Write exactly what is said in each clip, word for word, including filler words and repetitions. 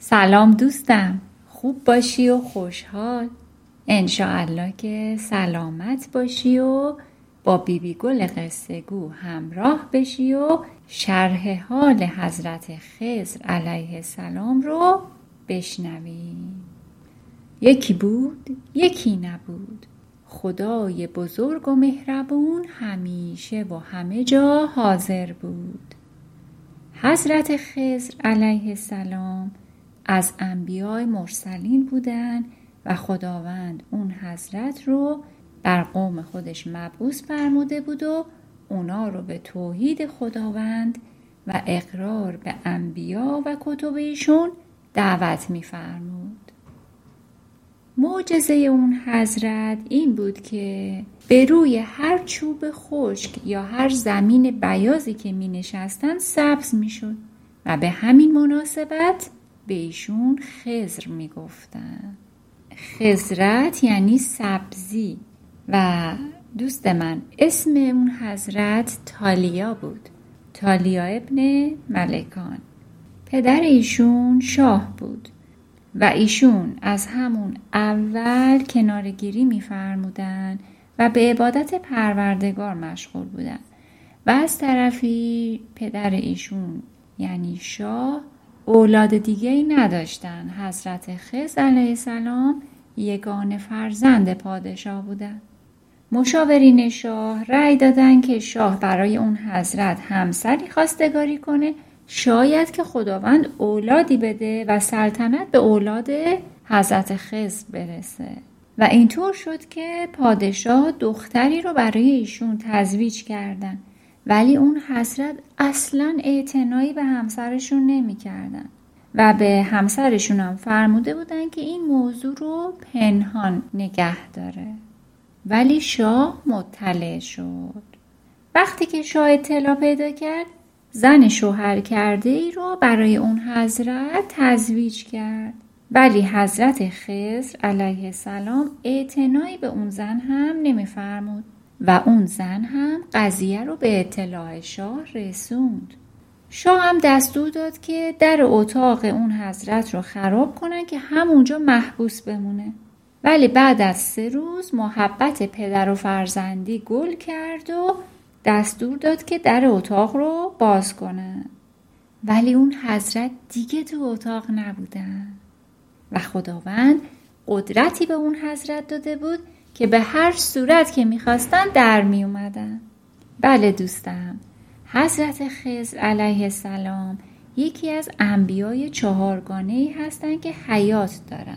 سلام دوستم، خوب باشی و خوشحال. انشاءالله که سلامت باشی و با بی بی گل قصه گو همراه بشی و شرح حال حضرت خضر علیه السلام رو بشنوی. یکی بود یکی نبود، خدای بزرگ و مهربون همیشه و همه جا حاضر بود. حضرت خضر علیه السلام از انبیای مرسلین بودن و خداوند اون حضرت رو در قوم خودش مبعوث فرموده بود و اونا رو به توحید خداوند و اقرار به انبیا و کتب ایشون دعوت می‌فرمود. معجزه اون حضرت این بود که به روی هر چوب خشک یا هر زمین بیاضی که می نشستن سبز می شد و به همین مناسبت به ایشون خضر می گفتن. خضرت یعنی سبزی. و دوست من اسم اون حضرت تالیا بود، تالیا ابن ملکان. پدر ایشون شاه بود و ایشون از همون اول کنارگیری می‌فرمودن و به عبادت پروردگار مشغول بودن و از طرفی پدر ایشون یعنی شاه اولاد دیگه‌ای نداشتن. حضرت خضر علیه السلام یگانه فرزند پادشاه بودن. مشاورین شاه رأی دادن که شاه برای اون حضرت همسری خواستگاری کنه، شاید که خداوند اولادی بده و سلطنت به اولاد حضرت خضر برسه. و اینطور شد که پادشاه دختری رو برای ایشون تزویج کردن، ولی اون حضرت اصلاً اعتنایی به همسرشون نمی کردن و به همسرشون هم فرموده بودن که این موضوع رو پنهان نگه داره. ولی شاه مطلع شد. وقتی که شاه اطلاع پیدا کرد، زن شوهر کرده ای رو برای اون حضرت تزویج کرد. ولی حضرت خضر علیه السلام اعتنایی به اون زن هم نمی‌فرمود و اون زن هم قضیه رو به اطلاع شاه رسوند. شاه هم دستور داد که در اتاق اون حضرت رو خراب کنن که همونجا محبوس بمونه. ولی بعد از سه روز محبت پدر و فرزندی گل کرد و دستور داد که در اتاق رو باز کنن. ولی اون حضرت دیگه تو اتاق نبودن و خداوند قدرتی به اون حضرت داده بود که به هر صورت که میخواستن در می اومدن. بله دوستم، حضرت خضر علیه السلام یکی از انبیای چهارگانه‌ای هستن که حیات دارن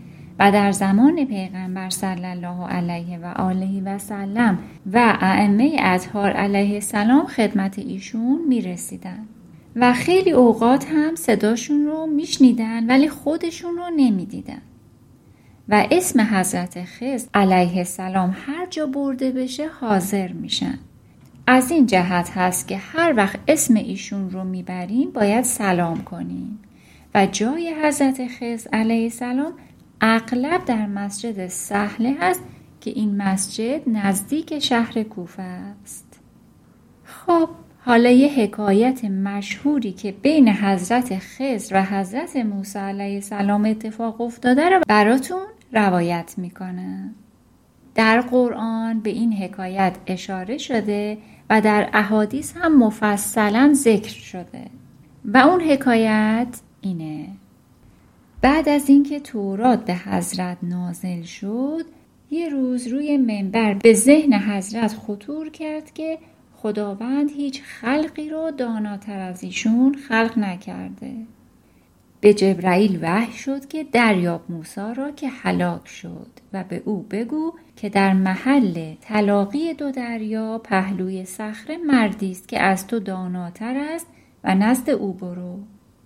و در زمان پیغمبر صلی الله علیه و آله و سلم و ائمه اطهار علیه السلام خدمت ایشون میرسیدن و خیلی اوقات هم صداشون رو میشنیدن ولی خودشون رو نمیدیدن. و اسم حضرت خضر علیه السلام هر جا برده بشه حاضر میشن. از این جهت هست که هر وقت اسم ایشون رو میبریم باید سلام کنیم و جای حضرت خضر علیه السلام اغلب در مسجد سهله هست که این مسجد نزدیک شهر کوفه است. خب حالا یه حکایت مشهوری که بین حضرت خضر و حضرت موسی علیه السلام اتفاق افتاده رو براتون روایت میکنم. در قرآن به این حکایت اشاره شده و در احادیث هم مفصلا ذکر شده و اون حکایت اینه: بعد از اینکه تورات به حضرت نازل شد، یه روز روی منبر به ذهن حضرت خطور کرد که خداوند هیچ خلقی رو داناتر از ایشون خلق نکرده. به جبرائیل وحی شد که دریاب موسی را که هلاک شد و به او بگو که در محل تلاقی دو دریا پهلوی صخره مردی است که از تو داناتر است و نزد او برو.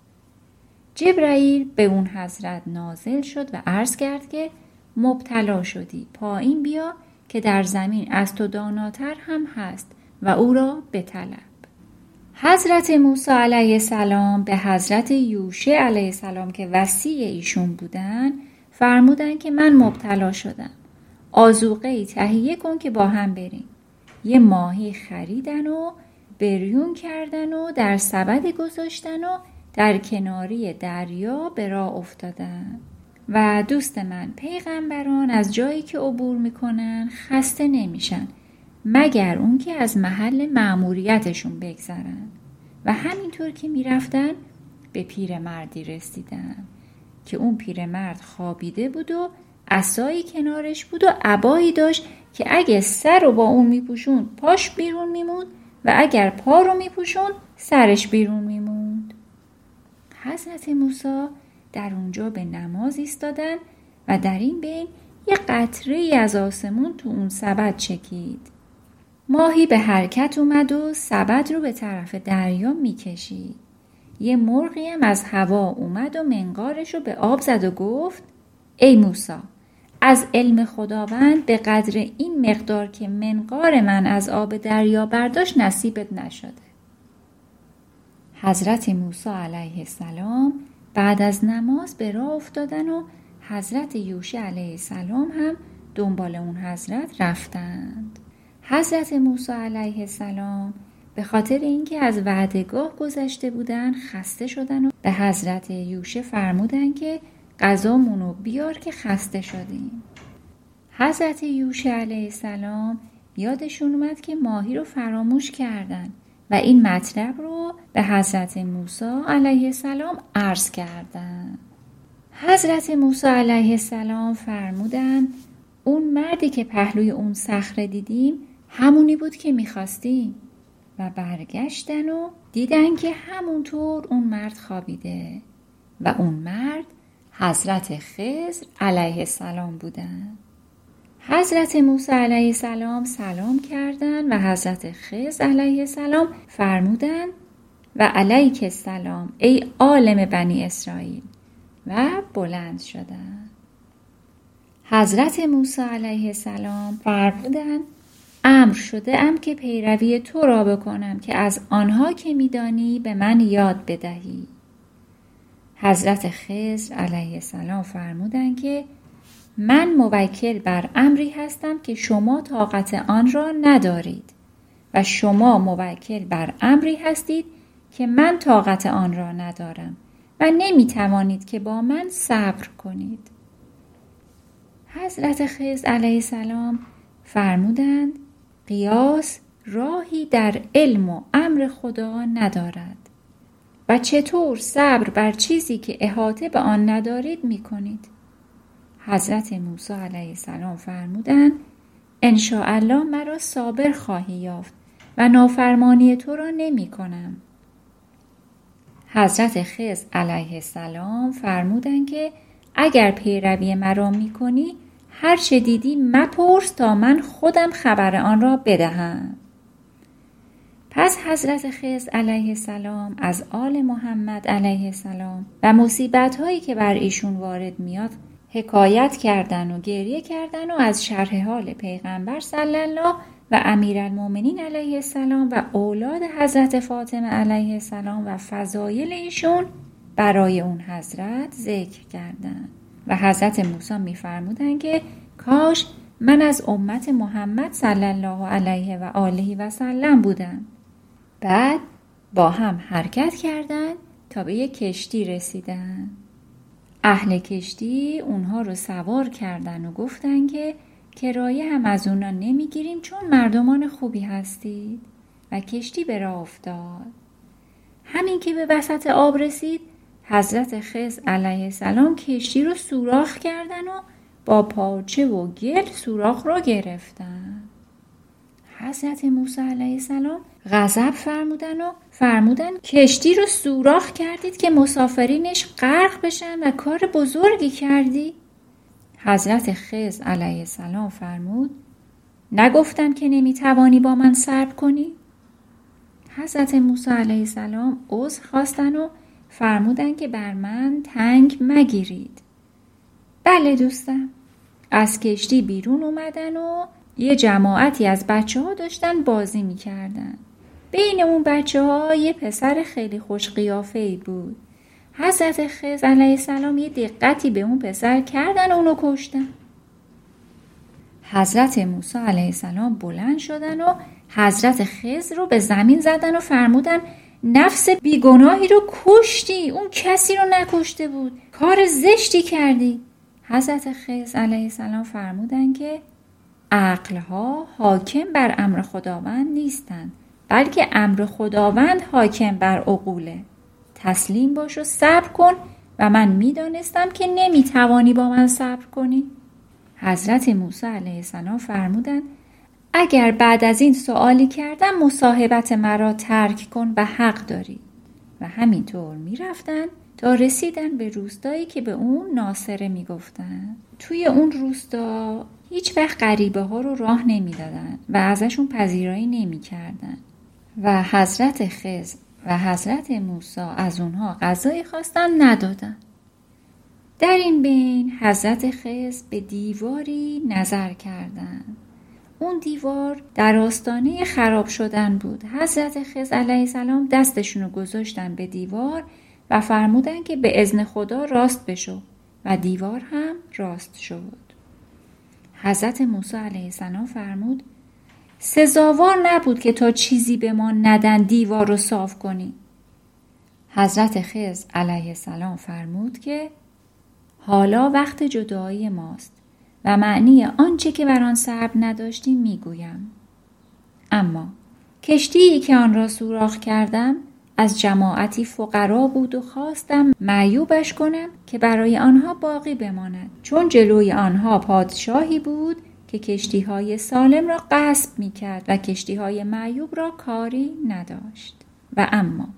جبرائیل به اون حضرت نازل شد و عرض کرد که مبتلا شدی، پایین بیا که در زمین از تو داناتر هم هست و او را بطلب. حضرت موسی علیه السلام به حضرت یوشع علیه السلام که وصی ایشون بودن فرمودن که من مبتلا شدم، آذوقه‌ای تهیه کن که با هم بریم. یه ماهی خریدن و بریون کردن و در سبد گذاشتن و در کناری دریا به راه افتادند. و دوست من، پیغمبران از جایی که عبور میکنن خسته نمیشن مگر اون که از محل مأموریتشون بگذرن. و همینطور که میرفتن به پیرمردی رسیدن که اون پیرمرد خوابیده بود و عصایی کنارش بود و عبایی داشت که اگه سر رو با اون میپوشون پاش بیرون میموند و اگر پا رو میپوشون سرش بیرون میموند. حضرت موسی در اونجا به نماز ایستادن و در این بین یه قطره ای از آسمون تو اون سبد چکید. ماهی به حرکت اومد و سبد رو به طرف دریا میکشید. یه مرغی هم از هوا اومد و منقارش رو به آب زد و گفت: ای موسی، از علم خداوند به قدر این مقدار که منقار من از آب دریا برداشت نصیبت نشده. حضرت موسی علیه السلام بعد از نماز به راه افتادن و حضرت یوشع علیه السلام هم دنبال اون حضرت رفتند. حضرت موسی علیه السلام به خاطر اینکه از وعدهگاه گذشته بودن خسته شدن و به حضرت یوشع فرمودن که غذامونو بیار که خسته شدیم. حضرت یوشع علیه السلام یادشون اومد که ماهی رو فراموش کردن و این مطلب رو به حضرت موسی علیه السلام عرض کردن. حضرت موسی علیه السلام فرمودن اون مردی که پهلوی اون صخره دیدیم همونی بود که میخواستیم و برگشتن و دیدن که همونطور اون مرد خوابیده و اون مرد حضرت خضر علیه السلام بودن. حضرت موسی علیه السلام سلام کردند و حضرت خضر علیه السلام فرمودند و علیک السلام ای عالم بنی اسرائیل و بلند شدند. حضرت موسی علیه السلام فرمودند امر شده ام که پیروی تو را بکنم که از آنها که میدانی به من یاد بدهی. حضرت خضر علیه السلام فرمودند که من موکل بر امری هستم که شما طاقت آن را ندارید و شما موکل بر امری هستید که من طاقت آن را ندارم و نمی توانید که با من صبر کنید. حضرت خضر علیه السلام فرمودند قیاس راهی در علم و امر خدا ندارد و چطور صبر بر چیزی که احاطه به آن ندارید می کنید. حضرت موسی علیه السلام فرمودند ان شاء الله مرا صابر خواهی یافت و نافرمانی تو را نمی کنم. حضرت خضر علیه السلام فرمودند که اگر پیروی مرا می کنی هر چه دیدی مپرس تا من خودم خبر آن را بدهم. پس حضرت خضر علیه السلام از آل محمد علیه السلام و مصیبت هایی که بر ایشون وارد میاد حکایت کردن و گریه کردن و از شرح حال پیغمبر صلی الله و امیرالمومنین علیه السلام و اولاد حضرت فاطمه علیه السلام و فضایل ایشون برای اون حضرت ذکر کردن و حضرت موسی می‌فرمودند که کاش من از امت محمد صلی الله علیه و آله و سلم بودم. بعد با هم حرکت کردند تا به یک کشتی رسیدن. اهل کشتی اونها رو سوار کردن و گفتن که کرایه هم از اونا نمیگیریم چون مردمان خوبی هستید و کشتی به راه افتاد. همین که به وسط آب رسید حضرت خضر علیه السلام کشتی رو سوراخ کردن و با پارچه و گل سوراخ رو گرفتن. حضرت موسی علیه السلام غضب فرمودن و فرمودن کشتی رو سوراخ کردید که مسافرینش غرق بشن و کار بزرگی کردی؟ حضرت خضر علیه السلام فرمود نگفتم که نمیتوانی با من صبر کنی؟ حضرت موسی علیه السلام عذر خواستن و فرمودن که بر من تنگ مگیرید. بله دوستم. از کشتی بیرون اومدن و یه جماعتی از بچه ها داشتن بازی میکردن. بین اون بچه ها یه پسر خیلی خوش قیافه‌ای بود. حضرت خضر علیه السلام یه دقتی به اون پسر کردن و اونو کشتن. حضرت موسی علیه السلام بلند شدن و حضرت خضر رو به زمین زدن و فرمودن نفس بیگناهی رو کشتی، اون کسی رو نکشته بود، کار زشتی کردی. حضرت خضر علیه السلام فرمودن که عقلها حاکم بر امر خداوند نیستند، بلکه امر خداوند حاکم بر عقوله. تسلیم باش و صبر کن و من میدانستم که نمیتوانی با من صبر کنی. حضرت موسی علیه السلام فرمودند اگر بعد از این سوالی کردم مصاحبت مرا ترک کن و حق داری. و همینطور میرفتن تا رسیدن به روستایی که به اون ناصره میگفتن. توی اون روستا هیچ وقت غریبه ها رو راه نمیدادن و ازشون پذیرایی نمیکردن و حضرت خضر و حضرت موسی از اونها غذایی خواستن ندادن. در این بین حضرت خضر به دیواری نظر کردند. اون دیوار در آستانه خراب شدن بود. حضرت خضر علیه السلام دستشونو گذاشتن به دیوار و فرمودن که به اذن خدا راست بشو و دیوار هم راست شد. حضرت موسی علیه السلام فرمود سزاوار نبود که تا چیزی به ما ندن دیوار رو صاف کنی. حضرت خضر علیه السلام فرمود که حالا وقت جدایی ماست و معنی آنچه که بر آن صبر نداشتیم میگویم. اما کشتی‌ای که آن را سوراخ کردم از جماعتی فقرا بود و خواستم معیوبش کنم که برای آنها باقی بماند، چون جلوی آنها پادشاهی بود که کشتی‌های سالم را غصب می‌کرد و کشتی‌های معیوب را کاری نداشت. و اما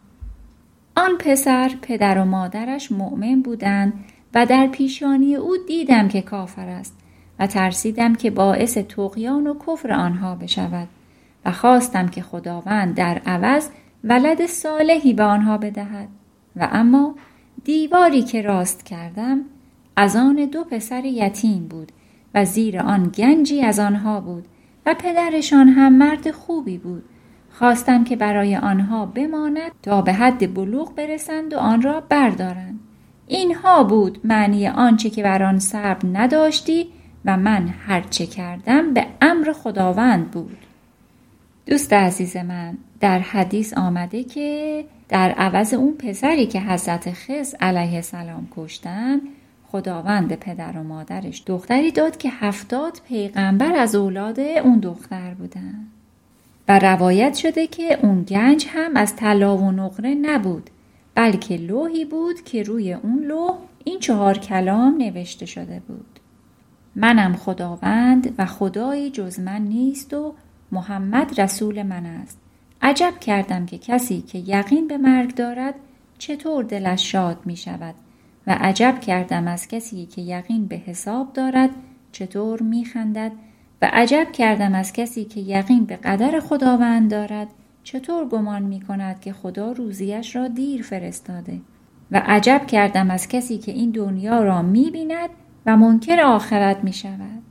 آن پسر پدر و مادرش مؤمن بودند و در پیشانی او دیدم که کافر است و ترسیدم که باعث طغیان و کفر آنها بشود و خواستم که خداوند در عوض ولد صالحی به آنها بدهد. و اما دیواری که راست کردم از آن دو پسر یتیم بود و زیر آن گنجی از آنها بود و پدرشان هم مرد خوبی بود. خواستم که برای آنها بماند تا به حد بلوغ برسند و آن را بردارند. اینها بود معنی آنچه که بر آن صبر نداشتی و من هرچه کردم به امر خداوند بود. دوست عزیز من، در حدیث آمده که در عوض اون پسری که حضرت خضر علیه السلام کشتن، خداوند پدر و مادرش دختری داد که هفتاد پیغمبر از اولاد اون دختر بودن. و روایت شده که اون گنج هم از طلا و نقره نبود، بلکه لوحی بود که روی اون لوح این چهار کلام نوشته شده بود: منم خداوند و خدایی جز من نیست و محمد رسول من است. عجب کردم که کسی که یقین به مرگ دارد چطور دلش شاد می شود و عجب کردم از کسی که یقین به حساب دارد چطور می خندد و عجب کردم از کسی که یقین به قدر خداوند دارد چطور گمان می کند که خدا روزیش را دیر فرستاده و عجب کردم از کسی که این دنیا را می بیند و منکر آخرت می شود.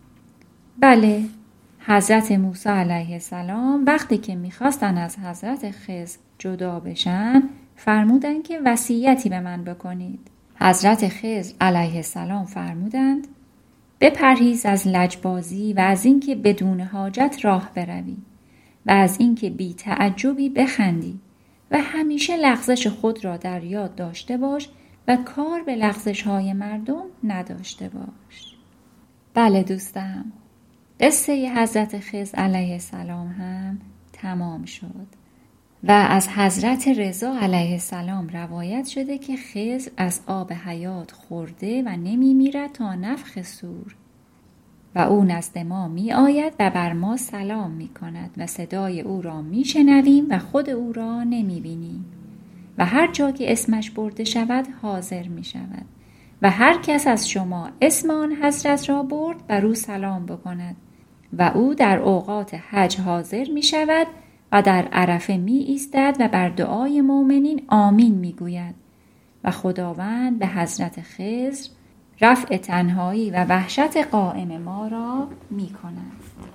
بله، حضرت موسی علیه السلام وقتی که می خواستن از حضرت خضر جدا بشن فرمودن که وصیتی به من بکنید. حضرت خضر علیه السلام فرمودند بپرهیز از لجبازی و از اینکه بدون حاجت راه بروی و از اینکه بی تعجبی بخندی و همیشه لغزش خود را در یاد داشته باش و کار به لغزش های مردم نداشته باش. بله دوستم، قصه حضرت خضر علیه السلام هم تمام شد و از حضرت رضا علیه السلام روایت شده که خضر از آب حیات خورده و نمی میرد تا نفخ صور و او نزد ما می آید و بر ما سلام می کند و صدای او را می شنویم و خود او را نمی بینیم و هر جا که اسمش برده شود حاضر می شود و هر کس از شما اسم آن حضرت را برد بر او سلام بکند و او در اوقات حج حاضر می شود و در عرفه می ایستد و بر دعای مؤمنین آمین می گوید و خداوند به حضرت خضر رفع تنهایی و وحشت قائم ما را می کند.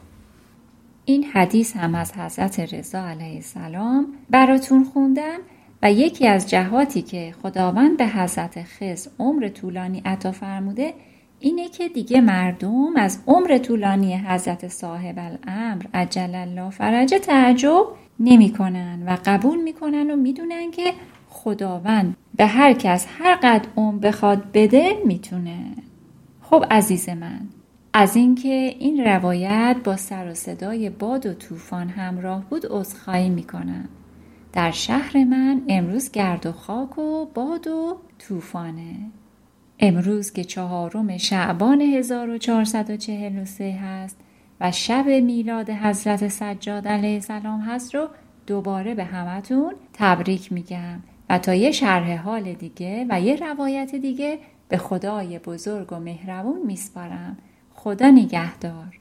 این حدیث هم از حضرت رضا علیه السلام براتون خوندم و یکی از جهاتی که خداوند به حضرت خضر عمر طولانی عطا فرموده اینه که دیگه مردم از عمر طولانی حضرت صاحب الامر عجل الله فرجه تعجب نمی کنن و قبول می کنن و می دونن که خداوند به هر کس هر قد عمر بخواد بده میتونه. خب عزیز من، از اینکه این روایت با سر و صدای باد و طوفان همراه بود عذرخواهی میکنم. در شهر من امروز گرد و خاک و باد و طوفانه. امروز که چهارم شعبان هزار و چهارصد و چهل و سه هست و شب میلاد حضرت سجاد علیه السلام هست رو دوباره به همتون تبریک میگم و تا یه شرح حال دیگه و یه روایت دیگه به خدای بزرگ و مهربون میسپارم. خدا نگهدار.